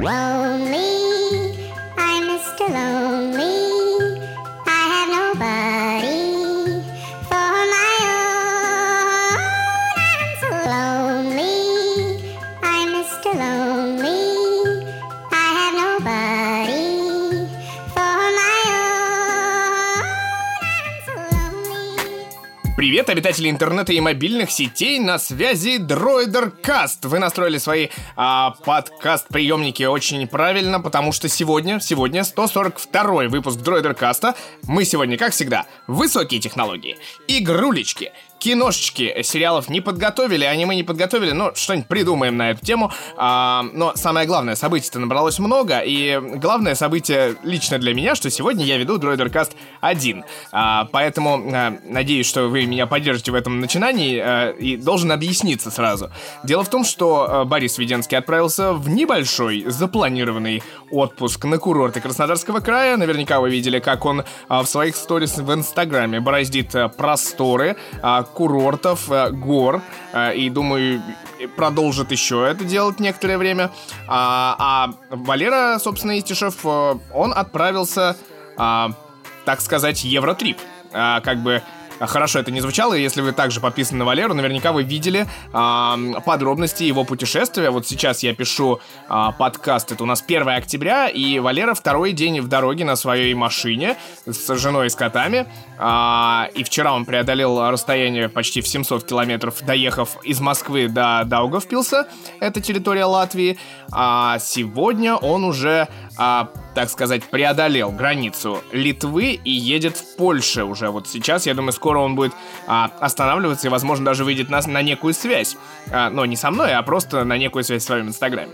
Lonely, I'm Mr. Lonely. I have nobody for my own. I'm so lonely, I'm Mr. Lonely. I have nobody for my own. I'm so lonely. Привет, обитатели интернета и мобильных сетей, на связи DroiderCast. Вы настроили свои подкаст-приемники очень правильно, потому что сегодня 142-й выпуск DroiderCast'а. Мы сегодня, как всегда, высокие технологии, игрулечки, киношечки, сериалов не подготовили, аниме не подготовили, но что-нибудь придумаем на эту тему. Но самое главное, событий-то набралось много, и главное событие лично для меня, что сегодня я веду DroiderCast один. Поэтому надеюсь, что вы меня поддержите в этом начинании, и должен объясниться сразу. Дело в том, что Борис Веденский отправился в небольшой запланированный отпуск на курорты Краснодарского края. Наверняка вы видели, как он в своих сторис в Инстаграме бороздит просторы курортов, гор, и, думаю, продолжит еще это делать некоторое время. А Валера, собственно, Истишев, он отправился, так сказать, Евротрип. Как бы хорошо это не звучало, если вы также подписаны на Валеру, наверняка вы видели подробности его путешествия. Вот сейчас я пишу подкаст, это у нас 1 октября, и Валера второй день в дороге на своей машине с женой и с котами. И вчера он преодолел расстояние почти в 700 километров, доехав из Москвы до Даугавпилса, это территория Латвии. А сегодня он уже, так сказать, преодолел границу Литвы и едет в Польшу уже. Вот сейчас, я думаю, скоро он будет останавливаться и, возможно, даже выйдет на некую связь. Но не со мной, а просто на некую связь в своем инстаграме.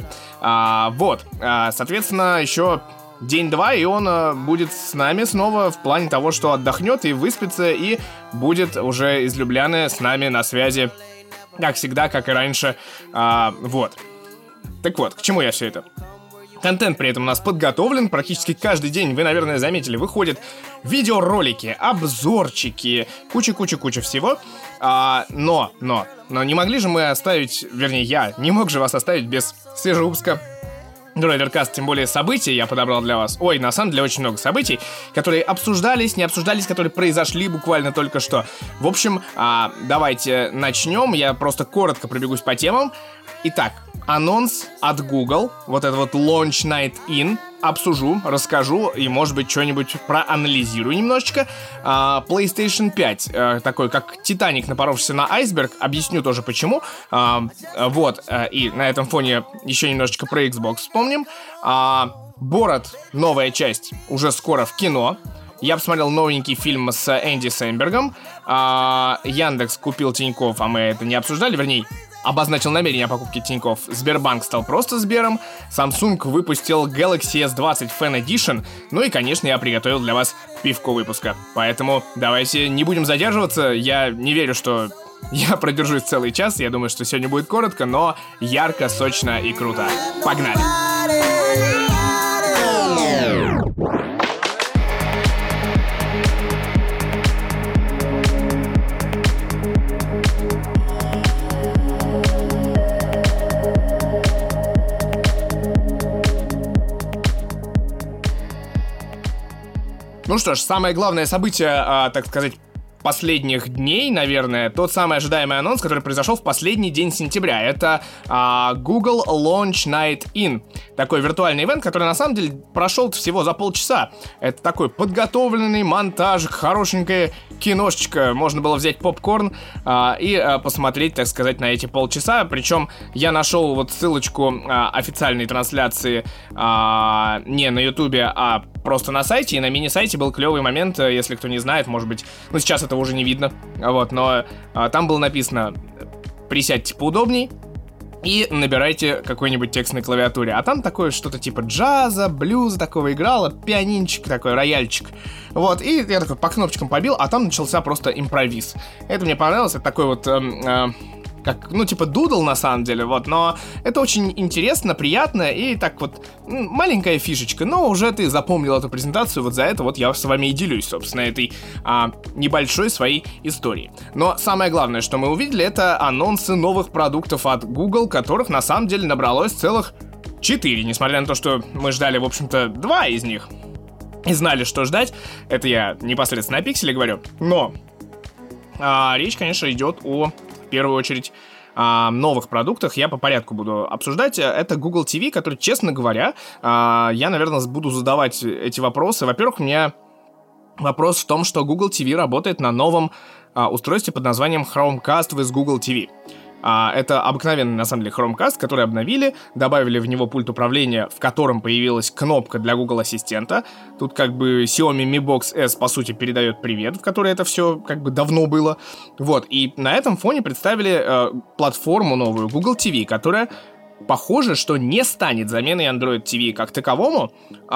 Соответственно, еще день-два, и он будет с нами снова в плане того, что отдохнет и выспится, и будет уже из Любляны с нами на связи, как всегда, как и раньше. Так вот, к чему я все это? Контент при этом у нас подготовлен, практически каждый день, вы, наверное, заметили, выходят видеоролики, обзорчики, куча всего. Но не могли же мы оставить, вернее, я не мог же вас оставить без свежего выпуска DroiderCast, тем более событий я подобрал для вас. На самом деле очень много событий, которые обсуждались, не обсуждались, которые произошли буквально только что. В общем, давайте начнем, я просто коротко пробегусь по темам. Итак, анонс от Google, вот это вот Launch Night In, обсужу, расскажу и, может быть, что-нибудь проанализирую немножечко. PlayStation 5, такой как Титаник, напоровшийся на айсберг, объясню тоже почему. И на этом фоне еще немножечко про Xbox вспомним. Borat, новая часть, уже скоро в кино. Я посмотрел новенький фильм с Энди Сэмбергом. Яндекс купил Тинькофф, а мы это не обсуждали, вернее, обозначил намерение о покупке Тинькофф. Сбербанк стал просто Сбером. Samsung выпустил Galaxy S20 Fan Edition. Ну и, конечно, я приготовил для вас пивко выпуска. Поэтому давайте не будем задерживаться. Я не верю, что я продержусь целый час. Я думаю, что сегодня будет коротко, но ярко, сочно и круто. Погнали! Ну что ж, самое главное событие, так сказать, последних дней, наверное, тот самый ожидаемый анонс, который произошел в последний день сентября. Это Google Launch Night In. Такой виртуальный ивент, который на самом деле прошел всего за полчаса. Это такой подготовленный монтажик, хорошенькая киношечка. Можно было взять попкорн и посмотреть, так сказать, на эти полчаса. Причем я нашел вот ссылочку официальной трансляции не на Ютубе, а просто на сайте. И на мини-сайте был клевый момент, если кто не знает, может быть, ну сейчас этого уже не видно, но там было написано: присядьте поудобней и набирайте какой-нибудь текст на клавиатуре. А там такое что-то типа джаза, блюза такого играло, пианинчик такой, рояльчик. И я такой по кнопочкам побил, а там начался просто импровиз. Это мне понравилось, это такой вот как, типа дудл на самом деле, но это очень интересно, приятно и так вот маленькая фишечка, но уже ты запомнил эту презентацию, за это я с вами и делюсь, собственно, этой небольшой своей историей. Но самое главное, что мы увидели, это анонсы новых продуктов от Google, которых на самом деле набралось целых 4, несмотря на то, что мы ждали, в общем-то, 2 из них и знали, что ждать. Это я непосредственно о Pixel говорю. Но речь, конечно, идет в первую очередь новых продуктах. Я по порядку буду обсуждать. Это Google TV, который, честно говоря, я, наверное, буду задавать эти вопросы. Во-первых, у меня вопрос в том, что Google TV работает на новом устройстве под названием Chromecast with Google TV. Это обыкновенный, на самом деле, Chromecast, который обновили, добавили в него пульт управления, в котором появилась кнопка для Google Ассистента. Тут как бы Xiaomi Mi Box S, по сути, передает привет, в которой это все как бы давно было. Вот, и на этом фоне представили платформу новую Google TV, которая, похоже, что не станет заменой Android TV как таковому,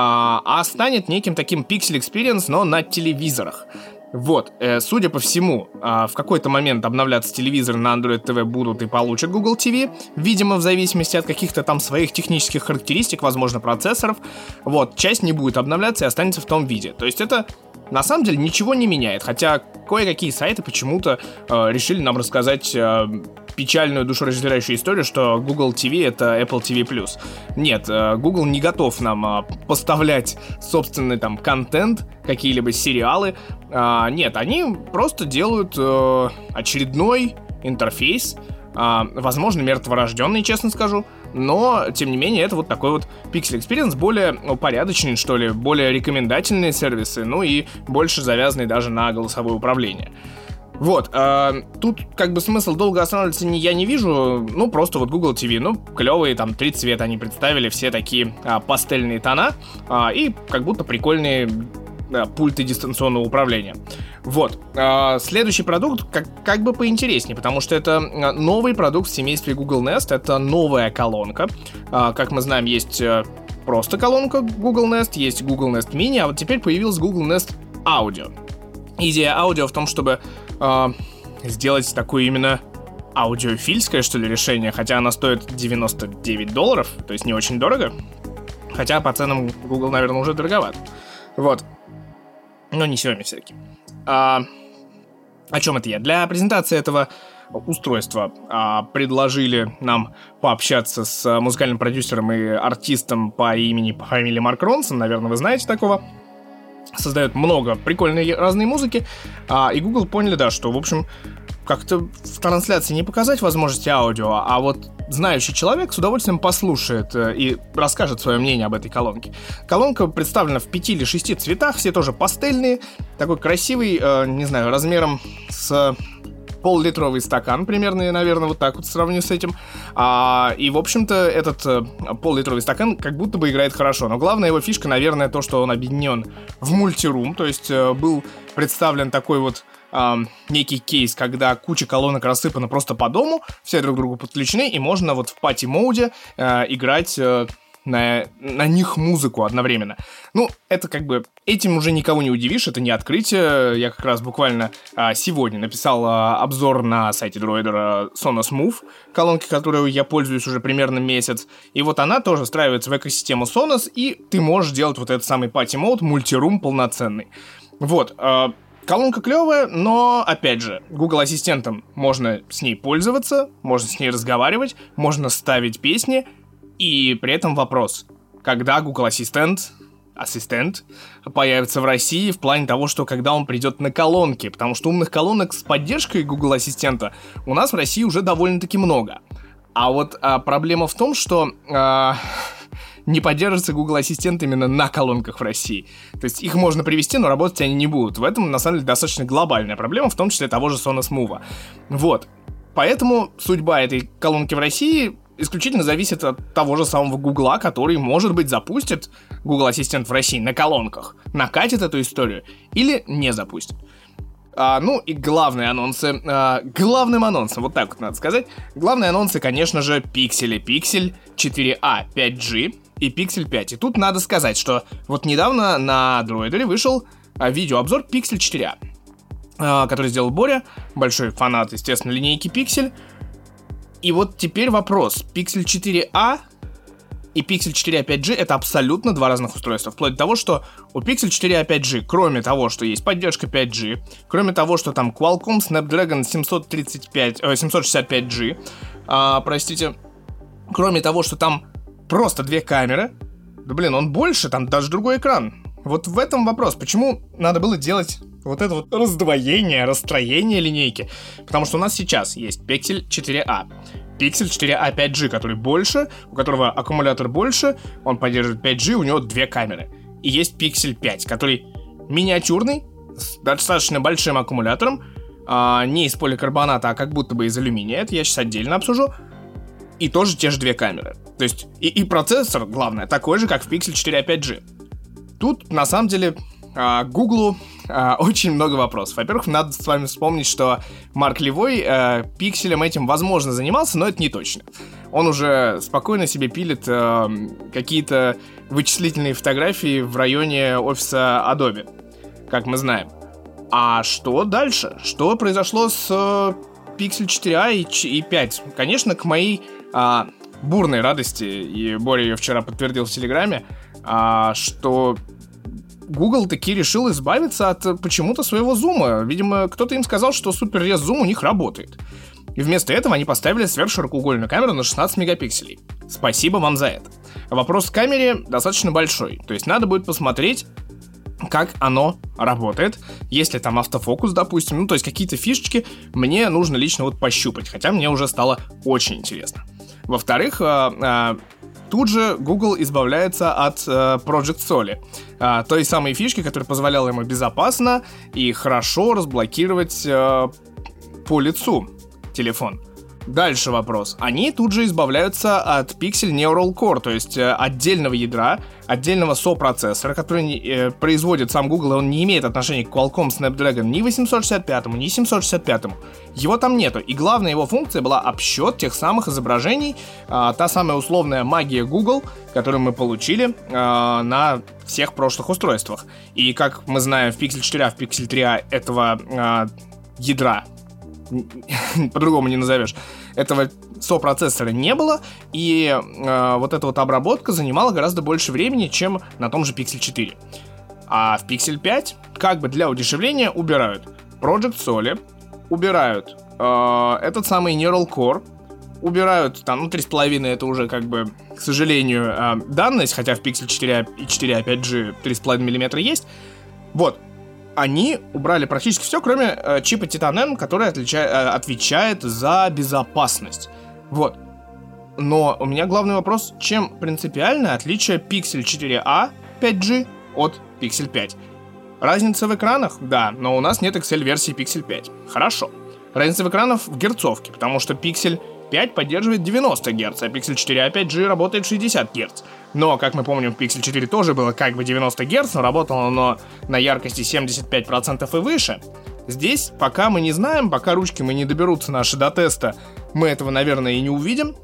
а станет неким таким Pixel Experience, но на телевизорах. Вот, судя по всему, в какой-то момент обновляться телевизоры на Android TV будут и получат Google TV, видимо, в зависимости от каких-то там своих технических характеристик, возможно, процессоров. Вот, часть не будет обновляться и останется в том виде. То есть это, на самом деле, ничего не меняет, хотя кое-какие сайты почему-то решили нам рассказать печальную душераздирающую историю, что Google TV — это Apple TV+. Нет, Google не готов нам поставлять собственный там контент, какие-либо сериалы. Нет, они просто делают очередной интерфейс, возможно, мертворожденный, честно скажу, но, тем не менее, это вот такой вот Pixel Experience, более упорядоченный, что ли, более рекомендательные сервисы, ну и больше завязанный даже на голосовое управление. Вот, тут как бы смысл долго останавливаться я не вижу, ну просто вот Google TV, ну клевые, там 3 цвета они представили, все такие пастельные тона, и как будто прикольные пульты дистанционного управления. Вот, следующий продукт как бы поинтереснее, потому что это новый продукт в семействе Google Nest, это новая колонка, как мы знаем, есть просто колонка Google Nest, есть Google Nest Mini, а вот теперь появилась Google Nest Audio. Идея аудио в том, чтобы сделать такое именно аудиофильское, что ли, решение, хотя она стоит $99, то есть не очень дорого, хотя по ценам Google, наверное, уже дороговато. Вот. Но не Xiaomi все-таки. О чем это я? Для презентации этого устройства предложили нам пообщаться с музыкальным продюсером и артистом по фамилии Марк Ронсон, наверное, вы знаете такого. Создает много прикольной разной музыки, и Google поняли, да, что, в общем, как-то в трансляции не показать возможности аудио, а вот знающий человек с удовольствием послушает и расскажет свое мнение об этой колонке. Колонка представлена в 5 или 6 цветах, все тоже пастельные, такой красивый, не знаю, размером с пол-литровый стакан, примерно, наверное, вот так вот сравню с этим. И, в общем-то, этот пол-литровый стакан как будто бы играет хорошо. Но главная его фишка, наверное, то, что он объединен в мультирум. То есть был представлен такой вот некий кейс, когда куча колонок рассыпана просто по дому, все друг к другу подключены, и можно вот в пати-моуде играть на них музыку одновременно. Ну, это как бы... Этим уже никого не удивишь, это не открытие. Я как раз буквально сегодня написал обзор на сайте Droider Sonos Move, колонки, которой я пользуюсь уже примерно месяц. И вот она тоже встраивается в экосистему Sonos, и ты можешь делать вот этот самый пати-мод, мультирум полноценный. Вот, колонка клевая, но, опять же, Google Ассистентом можно с ней пользоваться, можно с ней разговаривать, можно ставить песни. И при этом вопрос, когда Google Ассистент появится в России в плане того, что когда он придет на колонки, потому что умных колонок с поддержкой Google Ассистента у нас в России уже довольно-таки много. А вот проблема в том, что не поддерживается Google Ассистент именно на колонках в России. То есть их можно привести, но работать они не будут. В этом, на самом деле, достаточно глобальная проблема, в том числе того же Sonos Move. Вот. Поэтому судьба этой колонки в России исключительно зависит от того же самого Гугла, который, может быть, запустит Google Ассистент в России на колонках, накатит эту историю или не запустит. Ну и главные анонсы, главным анонсом, вот так вот надо сказать, главные анонсы, конечно же, Pixel 4a 5G и Pixel 5. И тут надо сказать, что вот недавно на Droider вышел видеообзор Pixel 4a, который сделал Боря, большой фанат, естественно, линейки Pixel. И вот теперь вопрос, Pixel 4a и Pixel 4a 5G это абсолютно два разных устройства, вплоть до того, что у Pixel 4a 5G, кроме того, что есть поддержка 5G, кроме того, что там Qualcomm Snapdragon 765G, кроме того, что там просто две камеры. Да блин, он больше, там даже другой экран. Вот в этом вопрос, почему надо было делать вот это вот раздвоение, расстроение линейки. Потому что у нас сейчас есть Pixel 4a. Pixel 4a 5G, который больше, у которого аккумулятор больше, он поддерживает 5G, у него две камеры. И есть Pixel 5, который миниатюрный, с достаточно большим аккумулятором, не из поликарбоната, а как будто бы из алюминия, это я сейчас отдельно обсужу. И тоже те же две камеры. То есть и процессор, главное, такой же, как в Pixel 4a 5G. Тут, на самом деле, Гуглу очень много вопросов. Во-первых, надо с вами вспомнить, что Марк Левой пикселем этим, возможно, занимался, но это не точно. Он уже спокойно себе пилит какие-то вычислительные фотографии в районе офиса Adobe, как мы знаем. А что дальше? Что произошло с Pixel 4a и 5? Конечно, к моей бурной радости, и Боря ее вчера подтвердил в Телеграме, что Google таки решил избавиться от почему-то своего зума. Видимо, кто-то им сказал, что супер-рез зум у них работает. И вместо этого они поставили сверхширокоугольную камеру на 16 мегапикселей. Спасибо вам за это. Вопрос к камере достаточно большой. То есть надо будет посмотреть, как оно работает. Если там автофокус, допустим, ну то есть какие-то фишечки мне нужно лично вот пощупать. Хотя мне уже стало очень интересно. Во-вторых, тут же Google избавляется от Project Soli, той самой фишки, которая позволяла ему безопасно и хорошо разблокировать по лицу телефон. Дальше вопрос. Они тут же избавляются от Pixel Neural Core, то есть отдельного ядра, отдельного сопроцессора, который производит сам Google, и он не имеет отношения к Qualcomm Snapdragon ни 865, ни 765. Его там нету. И главная его функция была обсчет тех самых изображений, та самая условная магия Google, которую мы получили на всех прошлых устройствах. И как мы знаем, в Pixel 4a, в Pixel 3a этого ядра, по-другому не назовешь, этого сопроцессора не было, и вот эта вот обработка занимала гораздо больше времени, чем на том же Pixel 4. А в Pixel 5 как бы для удешевления убирают Project Soli, убирают этот самый Neural Core, убирают там, 3,5 это уже как бы, к сожалению, данность, хотя в Pixel 4 и 4a 5G 3,5 мм есть. Вот. Они убрали практически все, кроме чипа Titan M, который отвечает за безопасность. Вот. Но у меня главный вопрос, чем принципиальное отличие Pixel 4a 5G от Pixel 5? Разница в экранах? Да, но у нас нет Excel-версии Pixel 5. Хорошо. Разница в экранах в герцовке, потому что Pixel 5 поддерживает 90 Гц, а Pixel 4a 5G работает 60 Гц. Но, как мы помним, в Pixel 4 тоже было как бы 90 Гц, но работало оно на яркости 75% и выше. Здесь пока мы не знаем, пока ручки мы не доберутся наши до теста, мы этого, наверное, и не увидим.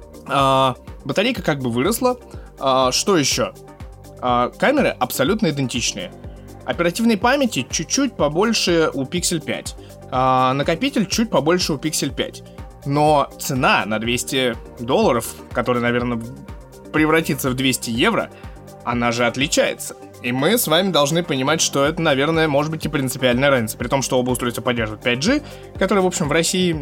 Батарейка как бы выросла. Что еще? Камеры абсолютно идентичные. Оперативной памяти чуть-чуть побольше у Pixel 5. Накопитель чуть побольше у Pixel 5. Но цена на $200, которая, наверное, превратится в 200 евро, она же отличается. И мы с вами должны понимать, что это, наверное, может быть и принципиальная разница. При том, что оба устройства поддерживают 5G, который, в общем, в России,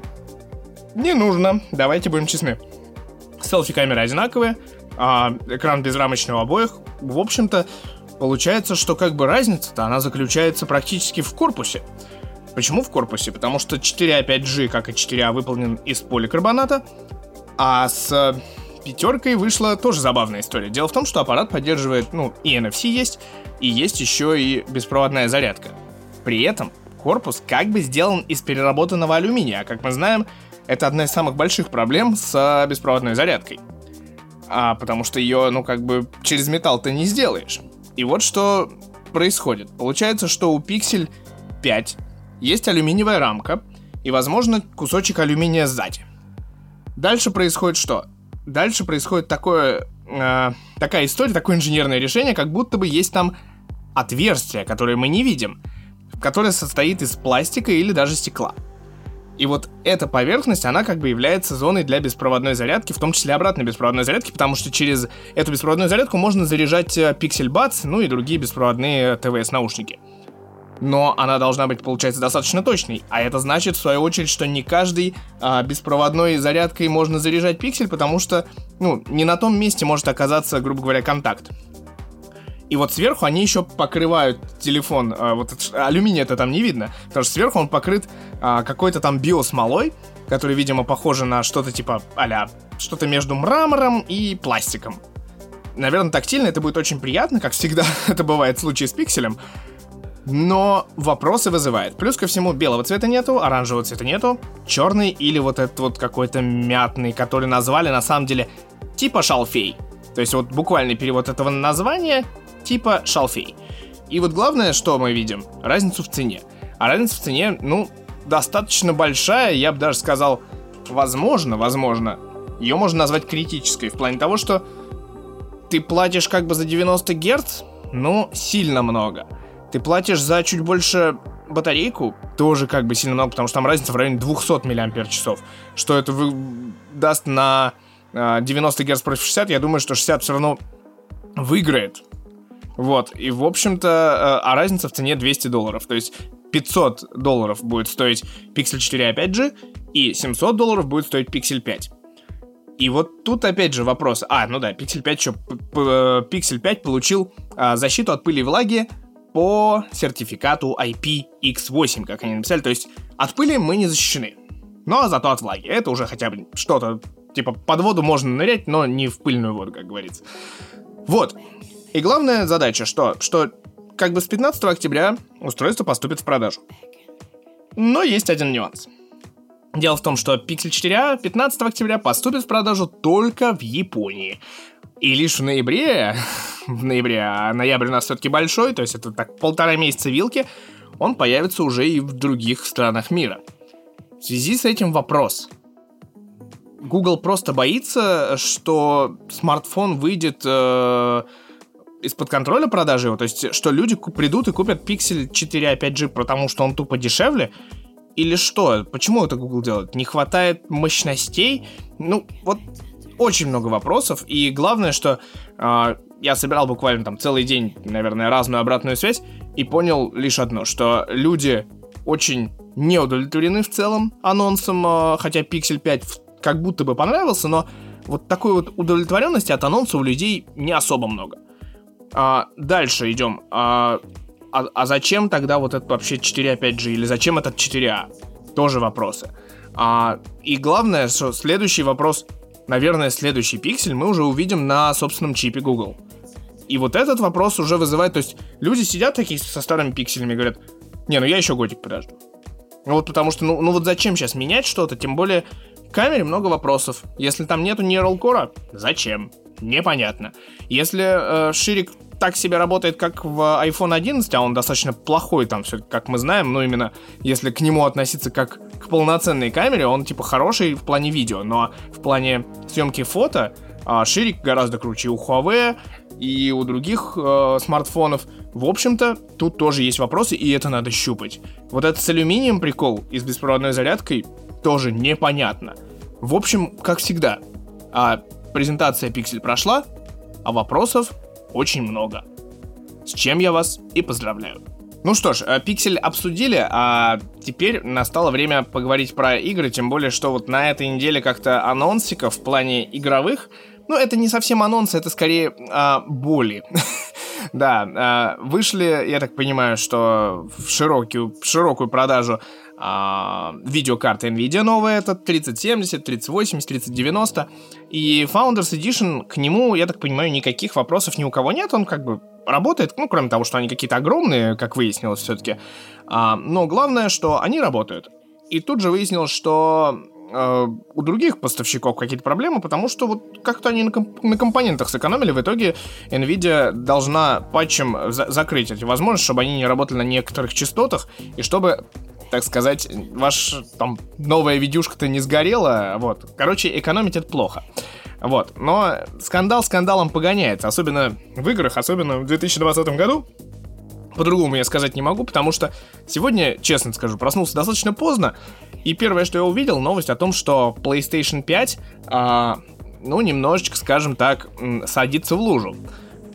не нужно. Давайте будем честны. Селфи-камеры одинаковые, экран безрамочный у обоих. В общем-то, получается, что как бы разница-то, она заключается практически в корпусе. Почему в корпусе? Потому что 4a 5G, как и 4a, выполнен из поликарбоната, а с пятеркой вышла тоже забавная история. Дело в том, что аппарат поддерживает, и NFC есть, и есть еще и беспроводная зарядка. При этом корпус как бы сделан из переработанного алюминия, а как мы знаем, это одна из самых больших проблем с беспроводной зарядкой. Потому что ее, через металл ты не сделаешь. И вот что происходит. Получается, что у Pixel 5 есть алюминиевая рамка и, возможно, кусочек алюминия сзади. Дальше происходит что? Дальше происходит такая история, такое инженерное решение, как будто бы есть там отверстие, которое мы не видим, которое состоит из пластика или даже стекла. И вот эта поверхность, она как бы является зоной для беспроводной зарядки, в том числе обратной беспроводной зарядки, потому что через эту беспроводную зарядку можно заряжать Pixel Buds, и другие беспроводные ТВС-наушники. но она должна быть, получается, достаточно точной. А это значит, в свою очередь, что не каждой беспроводной зарядкой можно заряжать пиксель, потому что, не на том месте может оказаться, грубо говоря, контакт. И вот сверху они еще покрывают телефон, алюминия-то там не видно, потому что сверху он покрыт какой-то там биосмолой, который, видимо, похоже на что-то типа что-то между мрамором и пластиком. Наверное, тактильно это будет очень приятно, как всегда это бывает в случае с пикселем, но вопросы вызывает. Плюс ко всему, белого цвета нету, оранжевого цвета нету, черный или вот этот вот какой-то мятный, который назвали на самом деле типа шалфей. То есть вот буквальный перевод этого названия типа шалфей. И вот главное, что мы видим, разницу в цене. А разница в цене, достаточно большая, я бы даже сказал, возможно, ее можно назвать критической, в плане того, что ты платишь как бы за 90 Гц, сильно много. Ты платишь за чуть больше батарейку, тоже как бы сильно много, потому что там разница в районе 200 мАч. Что это даст на 90 Гц против 60, я думаю, что 60 все равно выиграет. Вот, и в общем-то, разница в цене $200. То есть $500 будет стоить Pixel 4 5G, и $700 будет стоить Pixel 5. И вот тут опять же вопрос. Pixel 5 Pixel 5 получил защиту от пыли и влаги по сертификату IPX8, как они написали. То есть от пыли мы не защищены, но зато от влаги. Это уже хотя бы что-то, типа под воду можно нырять, но не в пыльную воду, как говорится. Вот. И главная задача, что как бы с 15 октября устройство поступит в продажу. Но есть один нюанс. Дело в том, что Pixel 4a 15 октября поступит в продажу только в Японии. И лишь в ноябре, а ноябрь у нас все-таки большой, то есть это так 1,5 месяца вилки, он появится уже и в других странах мира. В связи с этим вопрос. Google просто боится, что смартфон выйдет из-под контроля продажи его, то есть что люди придут и купят Pixel 4a 5G, потому что он тупо дешевле, или что? Почему это Google делает? Не хватает мощностей? Вот очень много вопросов, и главное, что я собирал буквально там целый день, наверное, разную обратную связь, и понял лишь одно, что люди очень не удовлетворены в целом анонсом, хотя Pixel 5 как будто бы понравился, но вот такой вот удовлетворенности от анонса у людей не особо много. Дальше идем. Зачем тогда вот этот вообще 4a 5G? Или зачем этот 4a? Тоже вопросы. И главное, что следующий вопрос, наверное, следующий пиксель мы уже увидим на собственном чипе Google. И вот этот вопрос уже вызывает, то есть люди сидят такие со старыми пикселями и говорят, я еще годик подожду. Вот потому что, вот зачем сейчас менять что-то, тем более в камере много вопросов. Если там нету Neural Core, зачем? Непонятно. Если ширик так себе работает, как в iPhone 11, а он достаточно плохой там все, как мы знаем, именно если к нему относиться как к полноценной камере, он типа хороший в плане видео, но в плане съемки фото ширик гораздо круче у Huawei и у других смартфонов. В общем-то, тут тоже есть вопросы, и это надо щупать. Вот этот с алюминием прикол и с беспроводной зарядкой тоже непонятно. В общем, как всегда, презентация Pixel прошла, а вопросов очень много. С чем я вас и поздравляю. Ну что ж, Pixel обсудили, а теперь настало время поговорить про игры, тем более, что вот на этой неделе как-то анонсиков в плане игровых, это не совсем анонсы, это скорее боли. Да, вышли, я так понимаю, что в широкую продажу видеокарты NVIDIA новые, это 3070, 3080, 3090, и Founders Edition, к нему, я так понимаю, никаких вопросов ни у кого нет, он как бы работает, кроме того, что они какие-то огромные, как выяснилось все-таки, но главное, что они работают. И тут же выяснилось, что у других поставщиков какие-то проблемы, потому что вот как-то они на компонентах сэкономили. В итоге NVIDIA должна патчем закрыть эти возможности, чтобы они не работали на некоторых частотах, и чтобы, так сказать, ваша там новая видюшка-то не сгорела. Вот. Короче, экономить это плохо. Вот. Но скандал скандалом погоняется, особенно в играх, особенно в 2020 году. По-другому я сказать не могу, потому что сегодня, честно скажу, проснулся достаточно поздно, и первое, что я увидел, новость о том, что PlayStation 5, немножечко, скажем так, садится в лужу.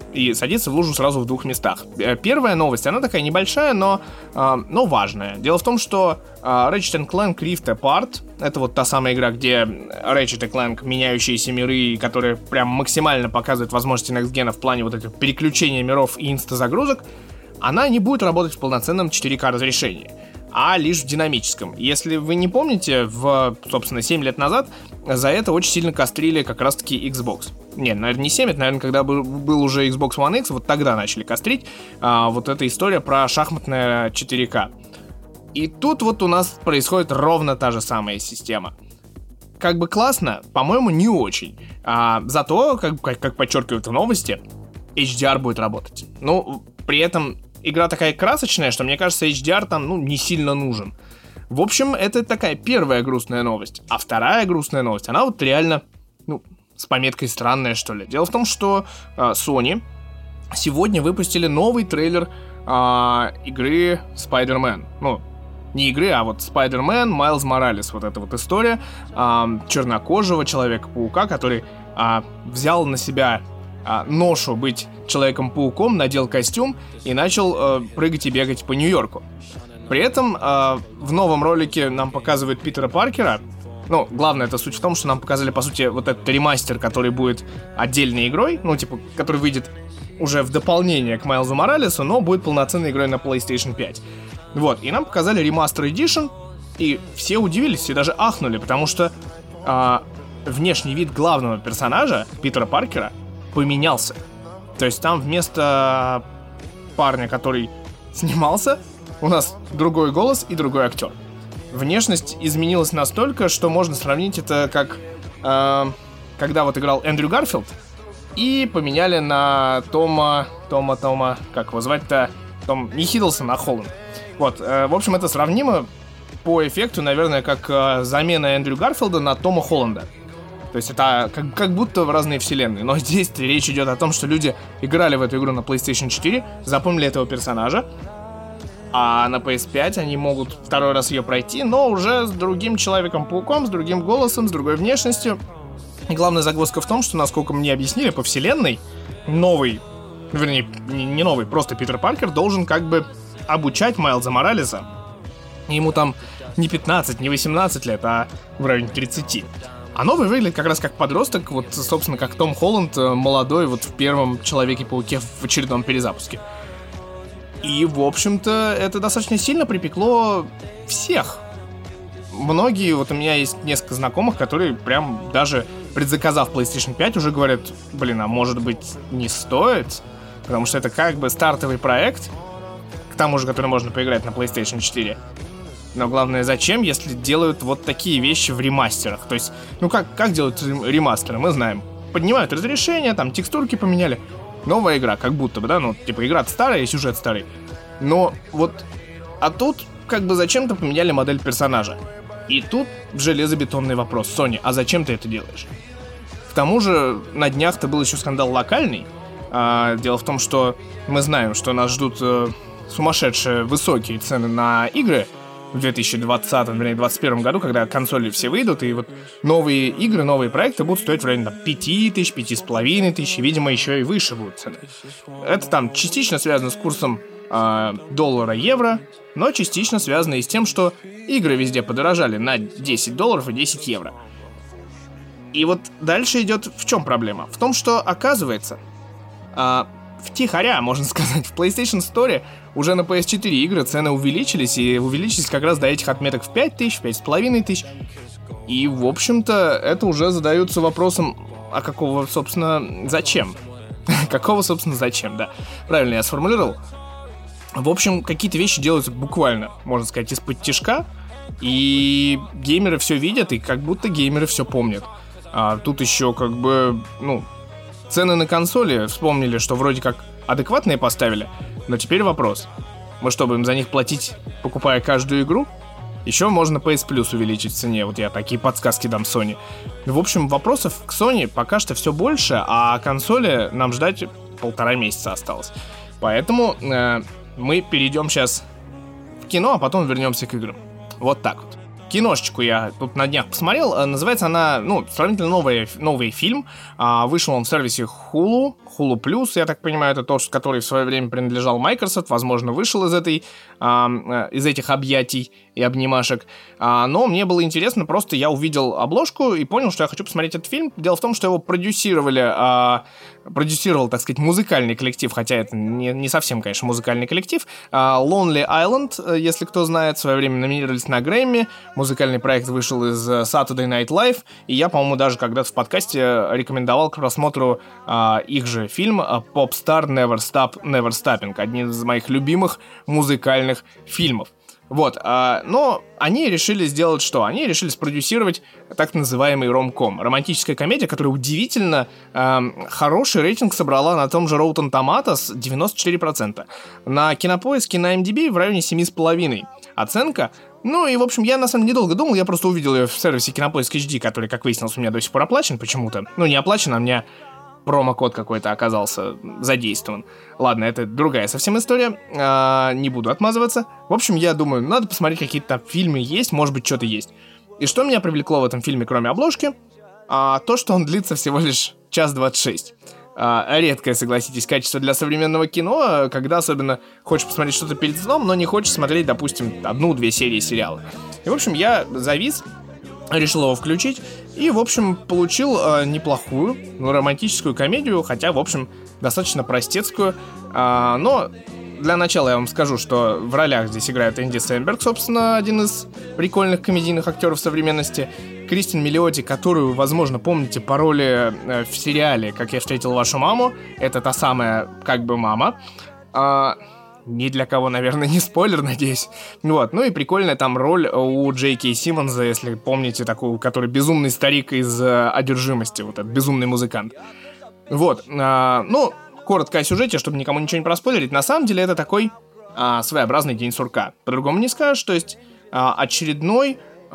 и садится в лужу сразу в двух местах. Первая новость, она такая небольшая, но важная. Дело в том, что Ratchet Clank Rift Apart — это вот та самая игра, где Ratchet Clank, меняющиеся миры, которые прям максимально показывают возможности Next Gen в плане вот этих переключения миров и инстазагрузок, она не будет работать в полноценном 4К разрешении, а лишь в динамическом. Если вы не помните, собственно, 7 лет назад за это очень сильно кострили как раз-таки Xbox. Нет, наверное, не 7, это, наверное, когда был уже Xbox One X, вот тогда начали кострить вот эта история про шахматное 4К. И тут вот у нас происходит ровно та же самая система. Как бы классно, по-моему, не очень. Зато, как подчеркивают в новости, HDR будет работать. Ну, при этом игра такая красочная, что, мне кажется, HDR там, не сильно нужен. В общем, это такая первая грустная новость. А вторая грустная новость, она вот реально, с пометкой странная, что ли. Дело в том, что Sony сегодня выпустили новый трейлер игры Spider-Man. Не игры, а вот Spider-Man, Майлз Моралес. Вот эта вот история чернокожего Человека-паука, который взял на себя ношу быть Человеком-пауком, надел костюм и начал прыгать и бегать по Нью-Йорку. При этом в новом ролике нам показывают Питера Паркера. Главное, это суть в том, что нам показали, по сути, вот этот ремастер, который будет отдельной игрой, который выйдет уже в дополнение к Майлзу Моралесу, но будет полноценной игрой на PlayStation 5. Вот, и нам показали ремастер Edition, и все удивились, все даже ахнули, потому что внешний вид главного персонажа, Питера Паркера, поменялся. То есть там вместо парня, который снимался, у нас другой голос и другой актер. Внешность изменилась настолько, что можно сравнить это как когда вот играл Эндрю Гарфилд и поменяли на Тома, как его звать-то, не Хиддлстон, а Холланд. Вот, в общем, это сравнимо по эффекту, наверное, как замена Эндрю Гарфилда на Тома Холланда. То есть это как будто в разные вселенные. Но здесь речь идет о том, что люди играли в эту игру на PlayStation 4, запомнили этого персонажа, а на PS5 они могут второй раз ее пройти, но уже с другим Человеком-пауком, с другим голосом, с другой внешностью. И главная загвоздка в том, что, насколько мне объяснили, по вселенной новый, вернее, не новый, просто Питер Паркер должен как бы обучать Майлза Моралеса. Ему там не 15, не 18 лет, а в районе 30. А новый выглядит как раз как подросток, вот, собственно, как Том Холланд, молодой, вот в первом Человеке-пауке в очередном перезапуске. И, в общем-то, это достаточно сильно припекло всех. Многие, вот у меня есть несколько знакомых, которые прям даже предзаказав PlayStation 5 уже говорят, а может быть не стоит? Потому что это как бы стартовый проект, к тому же, который можно поиграть на PlayStation 4. Но главное, зачем, если делают вот такие вещи в ремастерах? То есть, как делают ремастеры, мы знаем. Поднимают разрешение, там текстурки поменяли. Новая игра, как будто бы, да? Игра старая и сюжет старый. Но вот... А тут, как бы, зачем-то поменяли модель персонажа. И тут железобетонный вопрос. Sony, а зачем ты это делаешь? К тому же, на днях-то был еще скандал локальный. Дело в том, что мы знаем, что нас ждут сумасшедшие высокие цены на игры в 2020-2021 году, когда консоли все выйдут, и вот новые игры, новые проекты будут стоить в районе 5000, 5500, и, видимо, еще и выше будут цены. Это там частично связано с курсом доллара-евро, но частично связано и с тем, что игры везде подорожали на $10 и 10 евро. И вот дальше идет в чем проблема? В том, что, оказывается, втихаря, можно сказать, в PlayStation Store уже на PS4 игры цены увеличились, и увеличились как раз до этих отметок в 5000, 5500. И, в общем-то, это уже задаются вопросом, а какого, собственно, зачем? Какого, собственно, зачем, да. Правильно я сформулировал. В общем, какие-то вещи делаются буквально, можно сказать, из-под тишка, и геймеры все видят, и как будто геймеры все помнят. А тут еще как бы, цены на консоли вспомнили, что вроде как адекватные поставили, но теперь вопрос. Мы что, будем за них платить, покупая каждую игру? Еще можно PS Plus увеличить в цене, вот я такие подсказки дам Sony. В общем, вопросов к Sony пока что все больше, а консоли нам ждать 1,5 месяца осталось. Поэтому мы перейдем сейчас в кино, а потом вернемся к играм. Вот так вот. киношечку я тут на днях посмотрел. Называется она, сравнительно новый фильм. Вышел он в сервисе Hulu Plus, я так понимаю, это тот, который в свое время принадлежал Microsoft, возможно, вышел из этих объятий и обнимашек. Но мне было интересно, просто я увидел обложку и понял, что я хочу посмотреть этот фильм. Дело в том, что его продюсировал, так сказать, музыкальный коллектив, хотя это не совсем, конечно, музыкальный коллектив. Lonely Island, если кто знает, в свое время номинировались на Грэмми. Музыкальный проект вышел из Saturday Night Live, и я, по-моему, даже когда-то в подкасте рекомендовал к просмотру их же фильм Popstar Never Stopping, один из моих любимых музыкальных фильмов. Вот, но они решили сделать что? Они решили спродюсировать так называемый ромком. Романтическая комедия, которая удивительно хороший рейтинг собрала на том же Rotten Tomatoes 94%. На Кинопоиске, на IMDb в районе 7,5 оценка. Ну и, в общем, я на самом деле недолго думал, я просто увидел ее в сервисе Кинопоиск HD, который, как выяснилось, у меня до сих пор оплачен почему-то. Не оплачен, а у меня промокод какой-то оказался задействован. Ладно, это другая совсем история, не буду отмазываться. В общем, я думаю, надо посмотреть, какие-то там фильмы есть, может быть, что-то есть. И что меня привлекло в этом фильме, кроме обложки? То, что он длится всего лишь 1:26. Редкое, согласитесь, качество для современного кино, когда особенно хочешь посмотреть что-то перед сном, но не хочешь смотреть, допустим, 1-2 серии сериала. И, в общем, я завис, решил его включить и, в общем, получил неплохую, романтическую комедию, хотя, в общем, достаточно простецкую. Но для начала я вам скажу, что в ролях здесь играет Энди Сэмберг, собственно, один из прикольных комедийных актеров современности. Кристин Миллиотти, которую, возможно, помните по роли в сериале «Как я встретил вашу маму». Это та самая, как бы, мама. Ни для кого, наверное, не спойлер, надеюсь. Вот, и прикольная там роль у Джей Кей Симмонса, если помните, такую, который безумный старик из «Одержимости», вот этот безумный музыкант. Вот, коротко о сюжете, чтобы никому ничего не проспойлерить. На самом деле это такой своеобразный день сурка. По-другому не скажешь, то есть очередная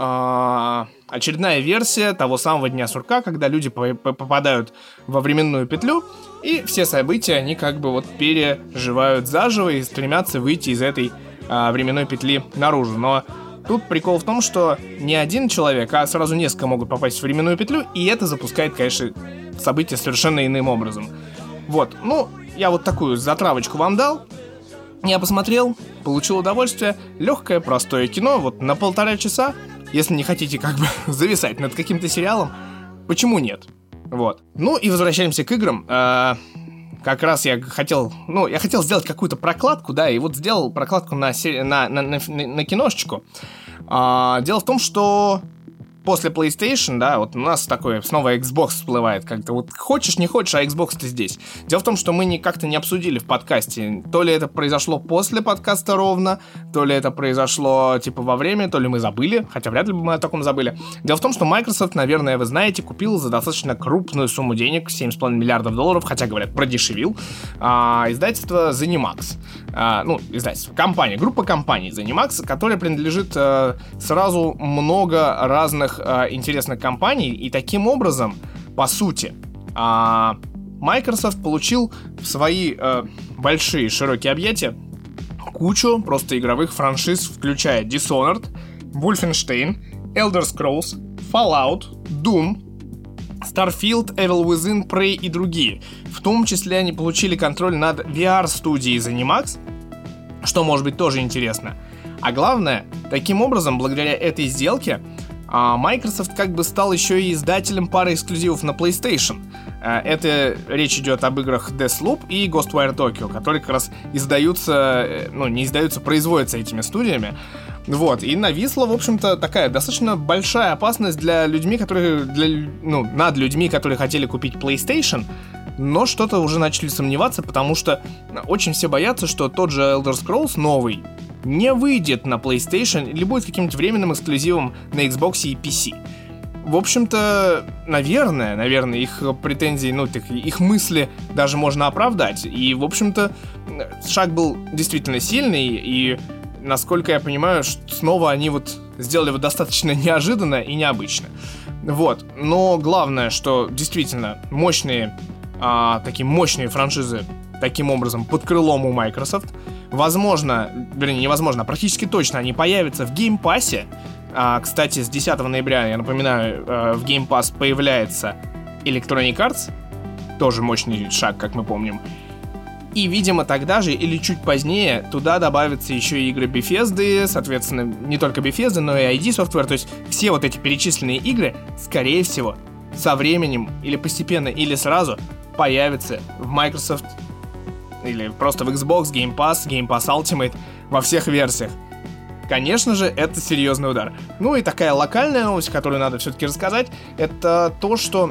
версия того самого дня сурка, когда люди попадают во временную петлю, и все события они как бы вот переживают заживо и стремятся выйти из этой временной петли наружу. Но тут прикол в том, что не один человек, а сразу несколько могут попасть в временную петлю, и это запускает, конечно, события совершенно иным образом. Вот, я вот такую затравочку вам дал. Я посмотрел, получил удовольствие. Легкое, простое кино, вот на 1,5 часа. Если не хотите как бы зависать над каким-то сериалом, почему нет? Вот. И возвращаемся к играм. Как раз я хотел сделать какую-то прокладку, да, и вот сделал прокладку на киношечку. Дело в том, что после PlayStation, да, вот у нас такое снова Xbox всплывает, как-то вот хочешь, не хочешь, а Xbox-то здесь. Дело в том, что мы как-то не обсудили в подкасте, то ли это произошло после подкаста ровно, то ли это произошло типа во время, то ли мы забыли, хотя вряд ли бы мы о таком забыли. Дело в том, что Microsoft, наверное, вы знаете, купил за достаточно крупную сумму денег, $7,5 миллиардов, хотя, говорят, продешевил, издательство ZeniMax. Издательство, группа компаний ZeniMax, которая принадлежит сразу много разных интересных компаний, и таким образом, по сути, Microsoft получил в свои большие широкие объятия кучу просто игровых франшиз, включая Dishonored, Wolfenstein, Elder Scrolls, Fallout, Doom, Starfield, Evil Within, Prey и другие. В том числе они получили контроль над VR-студией ZeniMax, что может быть тоже интересно. А главное, таким образом, благодаря этой сделке, Microsoft как бы стал еще и издателем пары эксклюзивов на PlayStation. Это речь идет об играх Deathloop и Ghostwire Tokyo, которые как раз производятся этими студиями. Вот, и нависла, в общем-то, такая достаточно большая опасность над людьми, которые хотели купить PlayStation, но что-то уже начали сомневаться, потому что очень все боятся, что тот же Elder Scrolls новый не выйдет на PlayStation или будет каким-нибудь временным эксклюзивом на Xbox и PC. В общем-то, наверное, их претензии, их мысли даже можно оправдать. И, в общем-то, шаг был действительно сильный, и, насколько я понимаю, снова они сделали его достаточно неожиданно и необычно. Вот. Но главное, что действительно такие мощные франшизы таким образом под крылом у Microsoft. Возможно, практически точно они появятся в геймпассе. Кстати, с 10 ноября, я напоминаю, в Game Pass появляется Electronic Arts, тоже мощный шаг, как мы помним. И, видимо, тогда же или чуть позднее туда добавятся еще игры Bethesda, соответственно, не только Bethesda, но и ID Software. То есть все вот эти перечисленные игры, скорее всего, со временем или постепенно, или сразу появятся в Microsoft или просто в Xbox, Game Pass Ultimate во всех версиях. Конечно же, это серьезный удар. Ну и такая локальная новость, которую надо все-таки рассказать, это то, что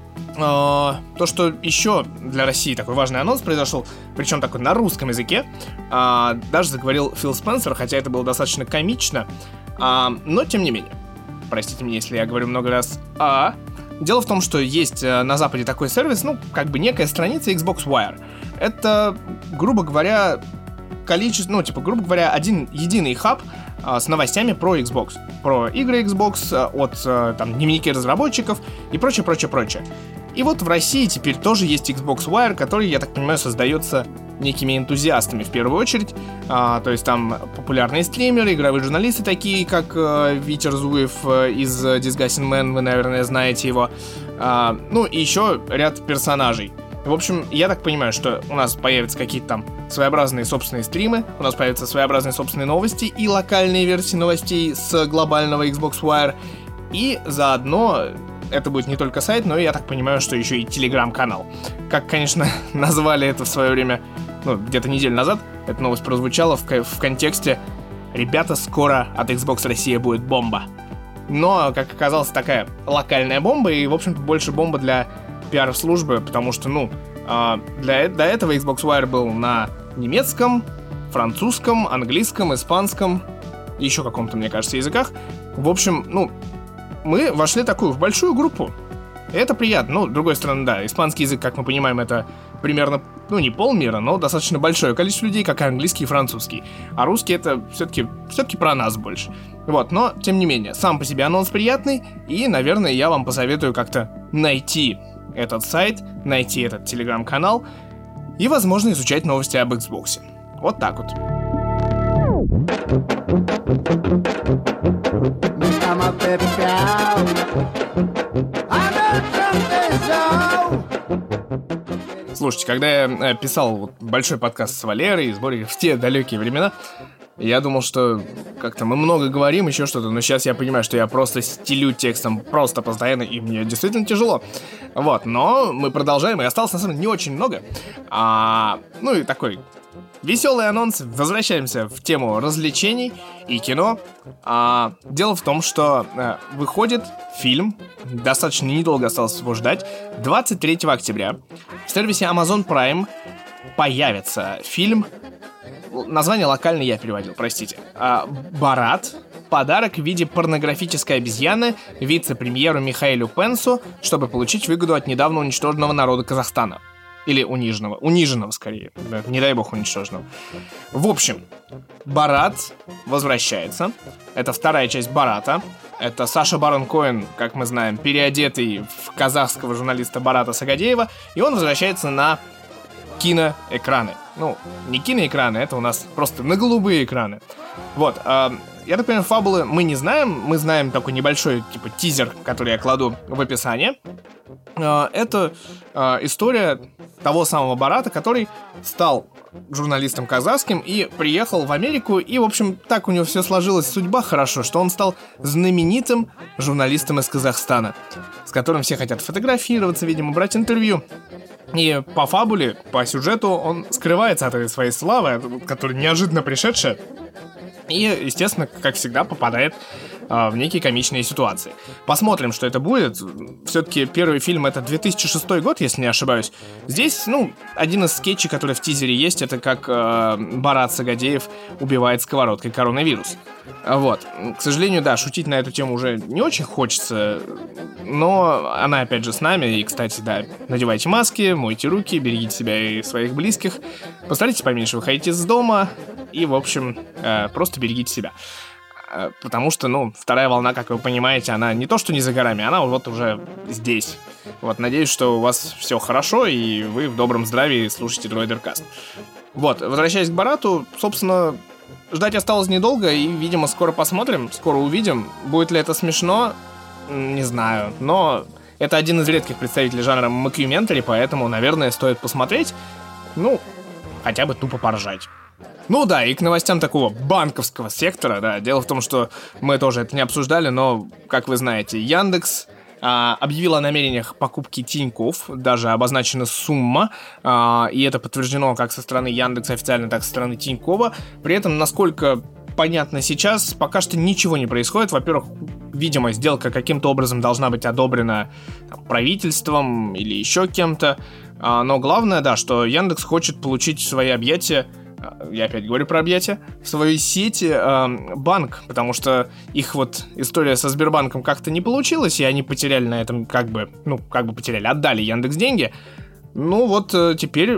еще для России такой важный анонс произошел, причем такой на русском языке. Даже заговорил Фил Спенсер, хотя это было достаточно комично, но тем не менее. Простите меня, если я говорю много раз Дело в том, что есть на Западе такой сервис, как бы некая страница Xbox Wire. Это, грубо говоря, грубо говоря, один единый хаб с новостями про Xbox. Про игры Xbox, от дневники разработчиков и прочее. И вот в России теперь тоже есть Xbox Wire, который, я так понимаю, создается некими энтузиастами в первую очередь. То есть там популярные стримеры, игровые журналисты, такие как Витер Зуев из Disgusting Man, вы, наверное, знаете его. И еще ряд персонажей. В общем, я так понимаю, что у нас появятся какие-то там своеобразные собственные стримы, у нас появятся своеобразные собственные новости и локальные версии новостей с глобального Xbox Wire. И заодно это будет не только сайт, но и, я так понимаю, что еще и телеграм-канал. Как, конечно, назвали это в свое время, где-то неделю назад, эта новость прозвучала в контексте «Ребята, скоро от Xbox Россия будет бомба». Но, как оказалось, такая локальная бомба, и, в общем-то, больше бомба для пиар-службы, потому что, до этого Xbox Wire был на немецком, французском, английском, испанском, еще каком-то, мне кажется, языках. В общем, мы вошли в большую группу. И это приятно. С другой стороны, да, испанский язык, как мы понимаем, это примерно, не полмира, но достаточно большое количество людей, как и английский и французский. А русский это все-таки про нас больше. Но, тем не менее, сам по себе анонс приятный, и, наверное, я вам посоветую как-то найти этот сайт, найти этот телеграм-канал и, возможно, изучать новости об Xbox. Вот так вот. Слушайте, когда я писал большой подкаст с Валерой, с Борей в те далекие времена, я думал, что как-то мы много говорим, еще что-то, но сейчас я понимаю, что я просто стелю текстом просто постоянно, и мне действительно тяжело. Но мы продолжаем, и осталось, на самом деле, не очень много. И такой веселый анонс. Возвращаемся в тему развлечений и кино. Дело в том, что выходит фильм, достаточно недолго осталось его ждать, 23 октября в сервисе Amazon Prime появится фильм. Название локально я переводил, простите. «Борат. Подарок в виде порнографической обезьяны вице-премьеру Михаэлю Пенсу, чтобы получить выгоду от недавно уничтоженного народа Казахстана». Или униженного скорее. Не дай бог уничтоженного. В общем, Борат возвращается. Это вторая часть Бората. Это Саша Барон Коэн, как мы знаем, переодетый в казахского журналиста Бората Сагадеева. И он возвращается на киноэкраны. Не киноэкраны, это у нас просто на голубые экраны. Я так понимаю, фабулы мы не знаем. Мы знаем такой небольшой, тизер, который я кладу в описание. Это история того самого Бората, который стал журналистом казахским и приехал в Америку. И, в общем, так у него все сложилось, судьба хорошо, что он стал знаменитым журналистом из Казахстана, с которым все хотят фотографироваться, видимо, брать интервью. И по фабуле, по сюжету он скрывается от этой своей славы, которая неожиданно пришедшая. И, естественно, как всегда, попадает в некие комичные ситуации. Посмотрим, что это будет. Все-таки первый фильм — это 2006 год, если не ошибаюсь. Здесь, один из скетчей, который в тизере есть, это как Борат Сагадеев убивает сковородкой коронавирус. К сожалению, да, шутить на эту тему уже не очень хочется, но она опять же с нами. И, кстати, да, надевайте маски, мойте руки, берегите себя и своих близких, постарайтесь поменьше выходить из дома и, в общем, просто берегите себя. Потому что, вторая волна, как вы понимаете, она не то что не за горами, она уже здесь. Надеюсь, что у вас все хорошо, и вы в добром здравии слушаете Droidercast. Возвращаясь к Борату, собственно, ждать осталось недолго, и, видимо, скоро посмотрим, скоро увидим. Будет ли это смешно, не знаю, но это один из редких представителей жанра мокюментари, поэтому, наверное, стоит посмотреть, ну, хотя бы тупо поржать. Ну да, и к новостям такого банковского сектора, да, дело в том, что мы тоже это не обсуждали, но, как вы знаете, Яндекс объявил о намерениях покупки Тинькофф, даже обозначена сумма, и это подтверждено как со стороны Яндекса официально, так и со стороны Тинькова. При этом, насколько понятно сейчас, пока что ничего не происходит. Во-первых, видимо, сделка каким-то образом должна быть одобрена там, правительством или еще кем-то, но главное, да, что Яндекс хочет получить в свои объятия, я опять говорю про объятия, в своей сети банк, потому что их вот история со Сбербанком как-то не получилась, и они потеряли на этом потеряли, отдали Яндекс деньги. Ну вот теперь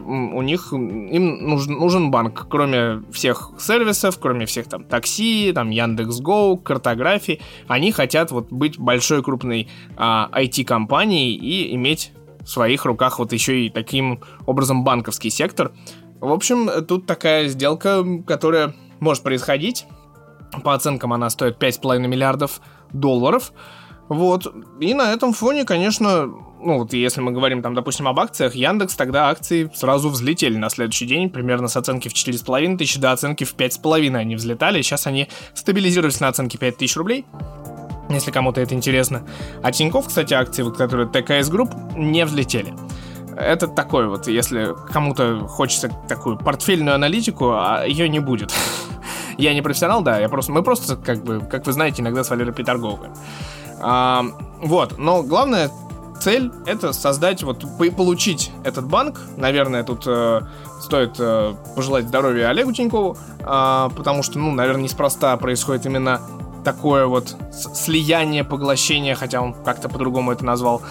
им нужен банк, кроме всех сервисов, кроме всех там такси, там Яндекс.Гоу, картографии, они хотят вот быть большой крупной IT-компанией и иметь в своих руках вот еще и таким образом банковский сектор. В общем, тут такая сделка, которая может происходить. По оценкам она стоит $5,5 миллиардов. Вот. И на этом фоне, конечно, ну вот если мы говорим там, допустим, об акциях, Яндекс, тогда акции сразу взлетели на следующий день, примерно с оценки в 4,5 тысячи до оценки в 5,5 они взлетали. Сейчас они стабилизируются на оценке 5 тысяч рублей, если кому-то это интересно. А Тинькофф, кстати, акции, вот, которые ТКС Групп, не взлетели. Это такой вот, если кому-то хочется такую портфельную аналитику, а ее не будет. Я не профессионал, да, мы просто, как вы знаете, иногда с Валерой приторговываем. Вот, но главная цель — это создать, вот, получить этот банк. Наверное, тут стоит пожелать здоровья Олегу Тинькову, потому что, ну, наверное, неспроста происходит именно такое вот слияние, поглощение, хотя он как-то по-другому это назвал,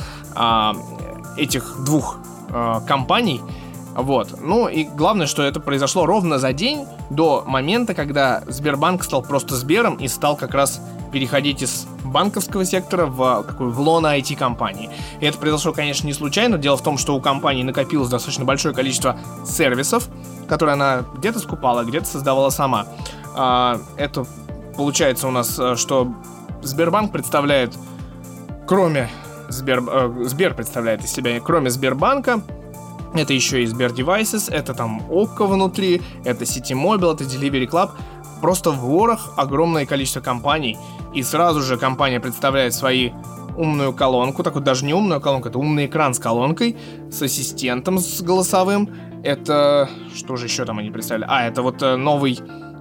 этих двух компаний. Вот. Ну и главное, что это произошло ровно за день до момента, когда Сбербанк стал просто Сбером и стал как раз переходить из банковского сектора в лоно IT-компании. И это произошло, конечно, не случайно. Дело в том, что у компании накопилось достаточно большое количество сервисов, которые она где-то скупала, где-то создавала сама. Это получается у нас, что Сбербанк представляет, Сбер представляет из себя, кроме Сбербанка, это еще и Сбер Devices, это там Okko внутри, это Ситимобил, это Delivery Club. Просто в ворох огромное количество компаний. И сразу же компания представляет свою умную колонку, так вот даже не умную колонку, это умный экран с колонкой, с ассистентом, с голосовым. Это... Что же еще там они представили? Это вот новый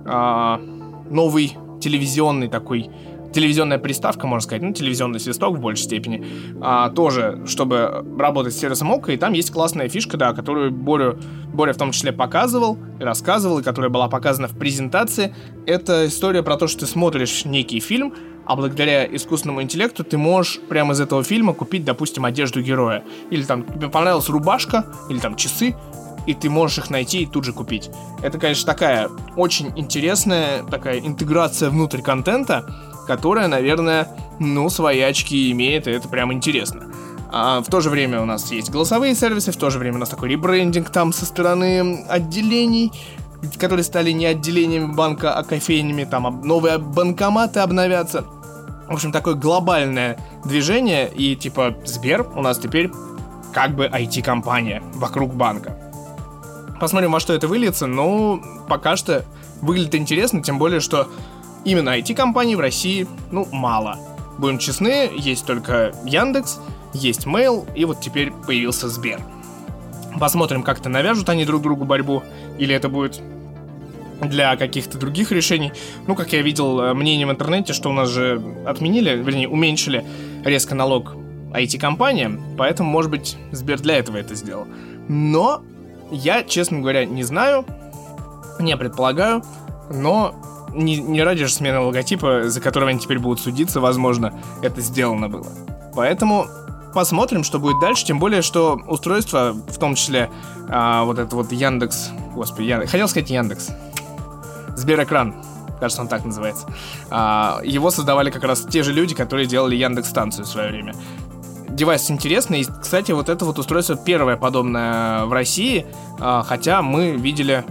телевизионный такой... Телевизионная приставка, можно сказать, ну, телевизионный свисток в большей степени, тоже, чтобы работать с сервисом Okko, и там есть классная фишка, да, которую Боря в том числе показывал и рассказывал, и которая была показана в презентации. Это история про то, что ты смотришь некий фильм, а благодаря искусственному интеллекту ты можешь прямо из этого фильма купить, допустим, одежду героя. Или там тебе понравилась рубашка, или там часы, и ты можешь их найти и тут же купить. Это, конечно, такая очень интересная такая интеграция внутрь контента, которая, наверное, свои очки имеет, и это прям интересно. В то же время у нас есть голосовые сервисы, в то же время у нас такой ребрендинг там со стороны отделений, которые стали не отделениями банка, а кофейнями, там новые банкоматы обновятся. В общем, такое глобальное движение, и типа Сбер у нас теперь как бы IT-компания вокруг банка. Посмотрим, во что это выльется, но пока что выглядит интересно, тем более, что именно IT-компаний в России, мало. Будем честны, есть только Яндекс, есть Mail, и вот теперь появился Сбер. Посмотрим, как-то навяжут они друг другу борьбу, или это будет для каких-то других решений. Как я видел мнение в интернете, что у нас же уменьшили резко налог IT-компаниям, поэтому, может быть, Сбер для этого это сделал. Но я, честно говоря, не знаю, не предполагаю, но не ради же смены логотипа, за которого они теперь будут судиться, возможно, это сделано было. Поэтому посмотрим, что будет дальше, тем более, что устройство, в том числе вот это вот Яндекс, хотел сказать Яндекс, Сберэкран, кажется, он так называется, его создавали как раз те же люди, которые делали Яндекс-станцию в свое время. Девайс интересный, и, кстати, вот это вот устройство первое подобное в России, хотя мы видели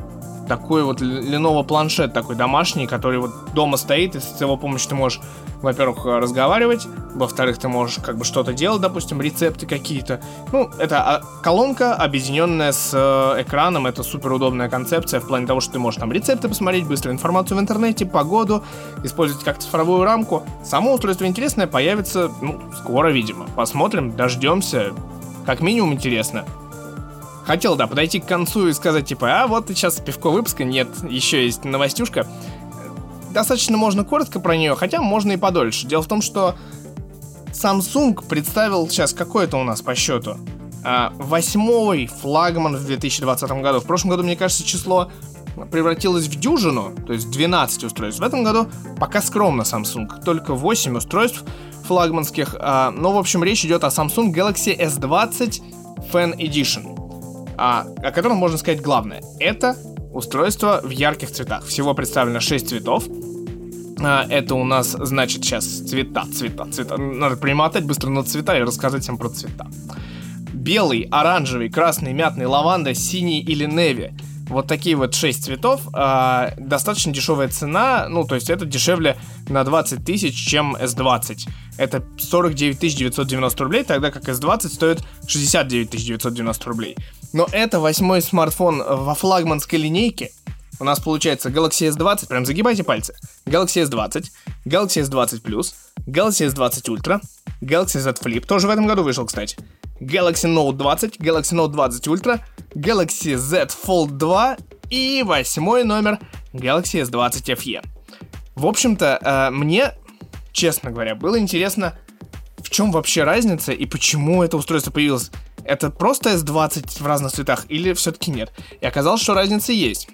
такой вот Lenovo планшет такой домашний, который вот дома стоит, и с его помощью ты можешь, во-первых, разговаривать, во-вторых, ты можешь как бы что-то делать, допустим, рецепты какие-то. Ну, это колонка, объединенная с экраном, это супер удобная концепция в плане того, что ты можешь там рецепты посмотреть, быструю информацию в интернете, погоду, использовать как цифровую рамку. Само устройство интересное, появится, скоро, видимо. Посмотрим, дождемся. Как минимум интересно. Хотел, да, подойти к концу и сказать, типа, вот сейчас пивко выпуска. Нет, еще есть новостюшка. Достаточно можно коротко про нее, хотя можно и подольше. Дело в том, что Samsung представил, сейчас какой это у нас по счету? 8-й флагман в 2020 году. В прошлом году, мне кажется, число превратилось в дюжину, то есть 12 устройств. В этом году пока скромно Samsung, только 8 устройств флагманских. Но, в общем, речь идет о Samsung Galaxy S20 Fan Edition. О котором можно сказать главное. Это устройство в ярких цветах. Всего представлено 6 цветов. Это у нас, значит, сейчас цвета. Надо примотать быстро на цвета и рассказать всем про цвета. Белый, оранжевый, красный, мятный, лаванда, синий или неви. Вот такие вот 6 цветов. Достаточно дешевая цена. Ну, то есть это дешевле на 20 тысяч, чем S20. Это 49 990 рублей, тогда как S20 стоит 69 990 рублей. Но это 8-й смартфон во флагманской линейке. У нас получается Galaxy S20, прям загибайте пальцы. Galaxy S20, Galaxy S20 Plus, Galaxy S20 Ultra, Galaxy Z Flip, тоже в этом году вышел, кстати. Galaxy Note 20, Galaxy Note 20 Ultra, Galaxy Z Fold 2 и 8-й номер Galaxy S20 FE. В общем-то, мне, честно говоря, было интересно, в чем вообще разница и почему это устройство появилось. Это просто S20 в разных цветах или все-таки нет? И оказалось, что разница есть.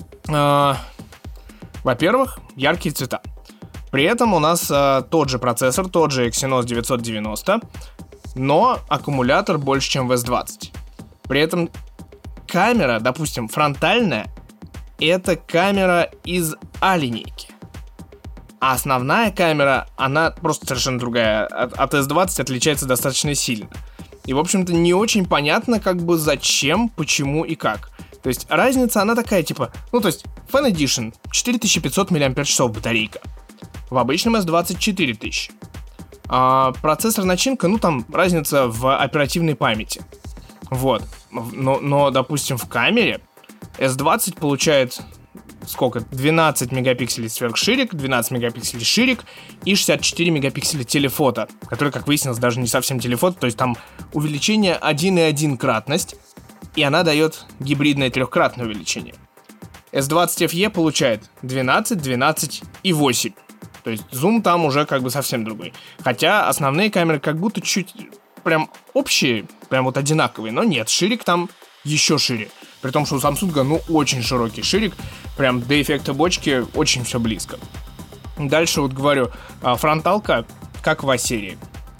Во-первых, яркие цвета. При этом у нас тот же процессор, тот же Exynos 990, но аккумулятор больше, чем в S20. При этом камера, допустим, фронтальная, это камера из А-линейки. А основная камера, она просто совершенно другая. От S20 отличается достаточно сильно. И, в общем-то, не очень понятно, как бы, зачем, почему и как. То есть, разница, она такая, типа, то есть, Fan Edition 4500 мАч батарейка. В обычном S20 4000. Процессор, начинка, там разница в оперативной памяти. Вот. Но, допустим, в камере S20 получает... Сколько? 12 мегапикселей сверхширик, 12 мегапикселей ширик и 64 мегапикселя телефото, который, как выяснилось, даже не совсем телефото, то есть там увеличение 1,1 кратность, и она дает гибридное трехкратное увеличение. S20 FE получает 12, 12 и 8, то есть зум там уже как бы совсем другой. Хотя основные камеры как будто чуть прям общие, прям вот одинаковые, но нет, ширик там еще шире. При том, что у Samsung, очень широкий ширик, прям до эффекта бочки очень все близко. Дальше вот говорю, фронталка, как в А-серии.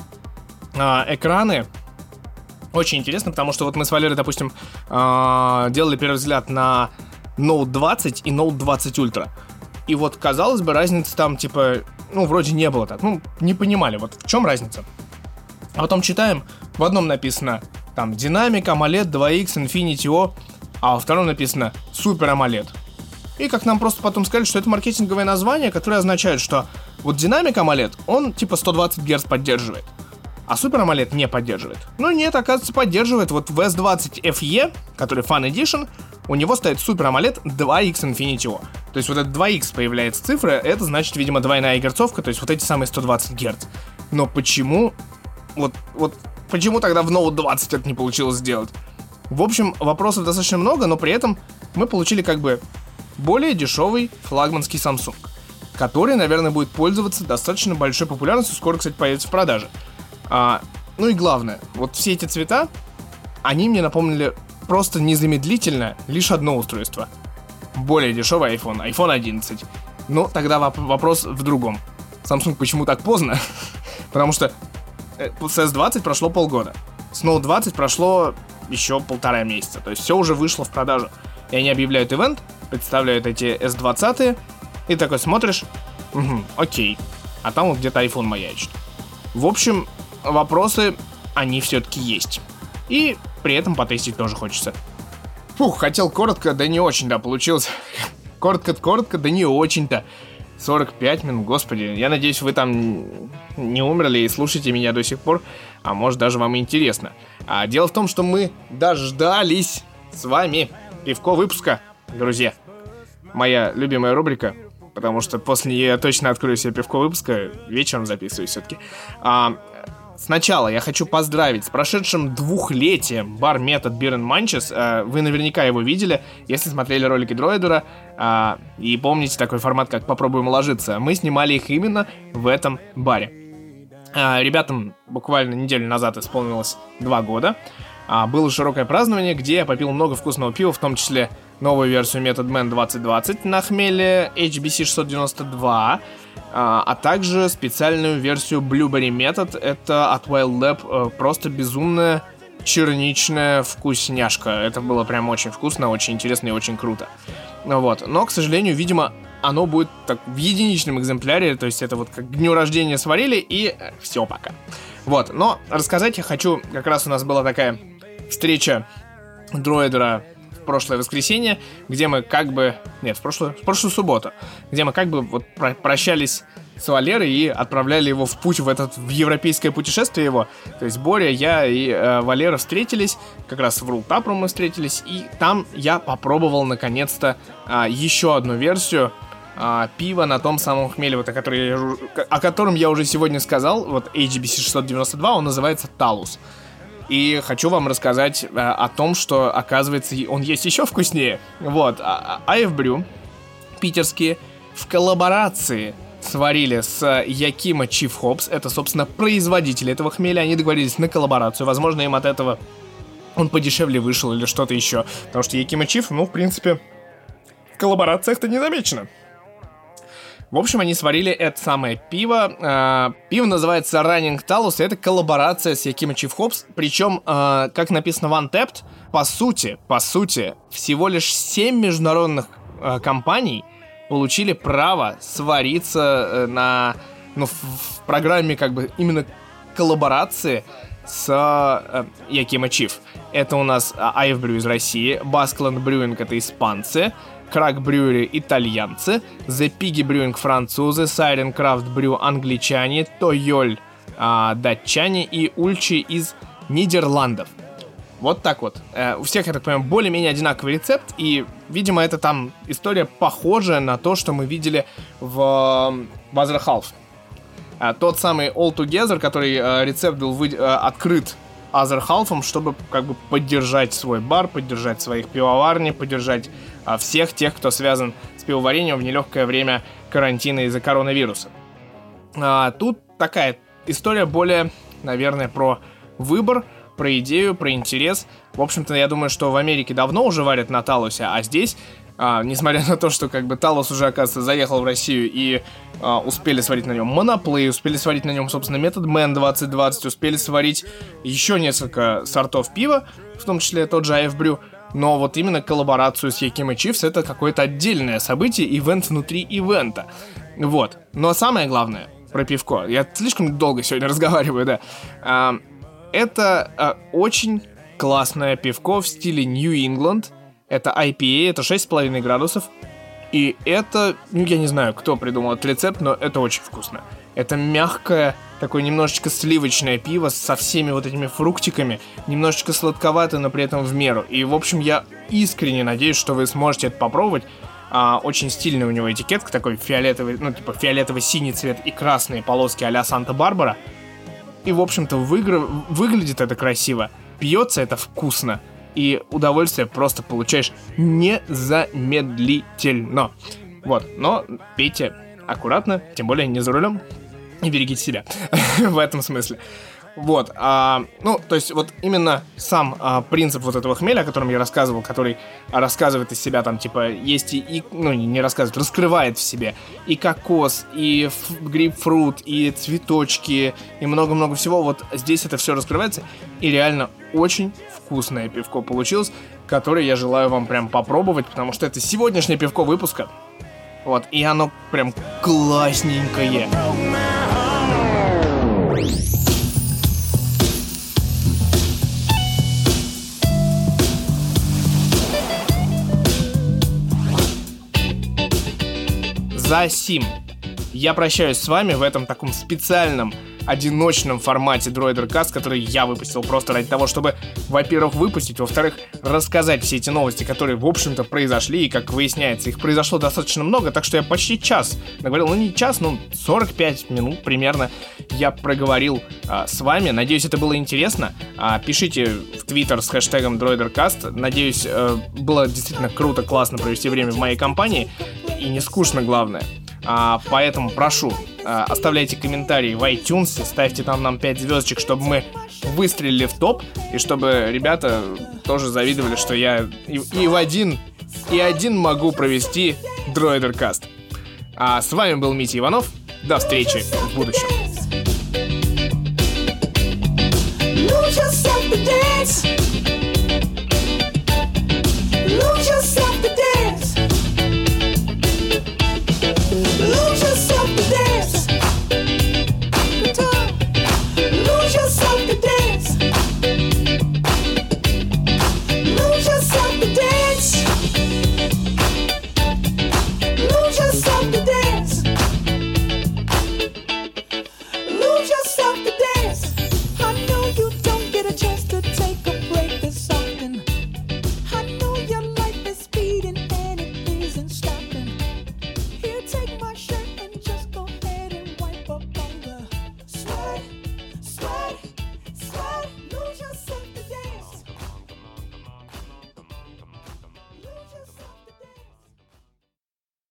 Экраны очень интересно, потому что вот мы с Валерой, допустим, делали первый взгляд на Note 20 и Note 20 Ultra. И вот, казалось бы, разницы там, типа, вроде не было так. Не понимали, вот в чем разница. А потом читаем, в одном написано, там, Dynamic AMOLED 2X Infinity O, а во втором написано Super AMOLED. И как нам просто потом сказали, что это маркетинговое название, которое означает, что вот Dynamic AMOLED, он типа 120 Гц поддерживает, а Super AMOLED не поддерживает. Нет, оказывается, поддерживает. Вот в S20 FE, который Fan Edition, у него стоит Super AMOLED 2X Infinity O. То есть вот этот 2X появляется цифра, это значит, видимо, двойная герцовка, то есть вот эти самые 120 Гц. Но почему... Вот почему тогда в Note 20 это не получилось сделать? В общем, вопросов достаточно много, но при этом мы получили как бы более дешевый флагманский Samsung, который, наверное, будет пользоваться достаточно большой популярностью, скоро, кстати, появится в продаже. И главное, вот все эти цвета, они мне напомнили просто незамедлительно лишь одно устройство. Более дешевый iPhone 11. Тогда вопрос в другом. Samsung почему так поздно? Потому что с S20 прошло полгода, с Note 20 прошло еще 1,5 месяца. То есть все уже вышло в продажу. И они объявляют ивент, представляют эти S20, и такой смотришь, окей. А там вот где-то iPhone маячит. В общем, вопросы, они все-таки есть. И при этом потестить тоже хочется. Хотел коротко, да не очень, да, получилось. Коротко, да не очень-то. 45 минут, господи. Я надеюсь, вы там не умерли и слушаете меня до сих пор. А может, даже вам интересно. Дело в том, что мы дождались с вами пивко выпуска, друзья. Моя любимая рубрика, потому что после нее я точно открою себе пивко выпуска. Вечером записываю все-таки. Сначала я хочу поздравить с прошедшим 2-летием бар Method Beer and Munches. Вы наверняка его видели, если смотрели ролики Дроидера. И помните такой формат, как «Попробуем уложиться». Мы снимали их именно в этом баре. Ребятам буквально неделю назад исполнилось 2 года. Было широкое празднование, где я попил много вкусного пива, в том числе новую версию Method Man 2020 на хмеле HBC 692, а также специальную версию Blueberry Method, это от Wild Lab, просто безумная черничная вкусняшка. Это было прям очень вкусно, очень интересно и очень круто. Вот. Но, к сожалению, видимо, оно будет так в единичном экземпляре, то есть это вот как к дню рождения сварили и все, пока. Вот, но рассказать я хочу, как раз у нас была такая встреча Дроидера в прошлое воскресенье, где мы как бы... Нет, в прошлую субботу, где мы как бы вот прощались с Валерой и отправляли его в путь, в европейское путешествие его. То есть Боря, я и Валера встретились, как раз в Рултапру мы встретились, и там я попробовал наконец-то еще одну версию пива на том самом хмеле, вот о котором я уже сегодня сказал, вот HBC 692, он называется Talus. И хочу вам рассказать о том, что, оказывается, он есть еще вкуснее. Вот, IF Brew, питерские, в коллаборации сварили с Yakima Chief Hops. Это, собственно, производители этого хмеля. Они договорились на коллаборацию. Возможно, им от этого он подешевле вышел или что-то еще. Потому что Yakima Chief, в принципе, в коллаборациях-то не замечено. В общем, они сварили это самое пиво. Пиво называется Running Talus, и это коллаборация с Yakima Chief Hops. Причем, как написано в Untapped, по сути, всего лишь 7 международных компаний получили право свариться в программе как бы именно коллаборации с Yakima Chief. Это у нас IF Brew из России, Basque Land Brewing это испанцы, Crack Brewery итальянцы, The Piggy Brewing французы, Siren Craft Brew англичане, Toyol датчане и Ульчи из Нидерландов. Вот так вот. У всех, я так понимаю, более-менее одинаковый рецепт, и, видимо, это там история похожая на то, что мы видели в Other Half. Тот самый All Together, который рецепт был открыт Other Half'ом, чтобы как бы поддержать свой бар, поддержать своих пивоварни, поддержать всех тех, кто связан с пивоварением в нелегкое время карантина из-за коронавируса. Тут такая история более, наверное, про выбор, про идею, про интерес. В общем-то, я думаю, что в Америке давно уже варят на Талусе, а здесь, несмотря на то, что как бы Талус уже, оказывается, заехал в Россию и успели сварить на нем Monoplay, успели сварить на нем, собственно, Method Man 2020, успели сварить еще несколько сортов пива, в том числе тот же IF Brew, но вот именно коллаборацию с Yakima Chiefs это какое-то отдельное событие, ивент внутри ивента. Вот. Но самое главное про пивко, я слишком долго сегодня разговариваю, да, это очень классное пивко в стиле New England. Это IPA, это 6,5 градусов. И это, я не знаю, кто придумал этот рецепт, но это очень вкусно. Это мягкое, такое немножечко сливочное пиво со всеми вот этими фруктиками. Немножечко сладковатое, но при этом в меру. И, в общем, я искренне надеюсь, что вы сможете это попробовать. Очень стильный у него этикетка, такой фиолетовый, фиолетово-синий цвет и красные полоски а-ля Санта-Барбара. И, в общем-то, выглядит это красиво, пьется это вкусно, и удовольствие просто получаешь незамедлительно. Вот, но пейте аккуратно, тем более не за рулем, и берегите себя в этом смысле. Вот, то есть вот именно сам принцип вот этого хмеля, о котором я рассказывал, который рассказывает из себя там, типа, есть не рассказывает, раскрывает в себе и кокос, и грейпфрут, и цветочки, и много-много всего, вот здесь это все раскрывается, и реально очень вкусное пивко получилось, которое я желаю вам прям попробовать, потому что это сегодняшнее пивко выпуска, вот, и оно прям классненькое. за сим я прощаюсь с вами в этом таком специальном одиночном формате Droidercast, который я выпустил просто ради того, чтобы, во-первых, выпустить, во-вторых, рассказать все эти новости, которые, в общем-то, произошли, и, как выясняется, их произошло достаточно много, так что я почти час наговорил, не час, 45 минут примерно я проговорил с вами. Надеюсь, это было интересно. Пишите в Twitter с хэштегом Droidercast. Надеюсь, было действительно круто, классно провести время в моей компании, и не скучно, главное. Поэтому прошу, оставляйте комментарии в iTunes, ставьте там нам 5 звездочек, чтобы мы выстрелили в топ, и чтобы ребята тоже завидовали, что я и один могу провести Droidercast. С вами был Митя Иванов. До встречи в будущем.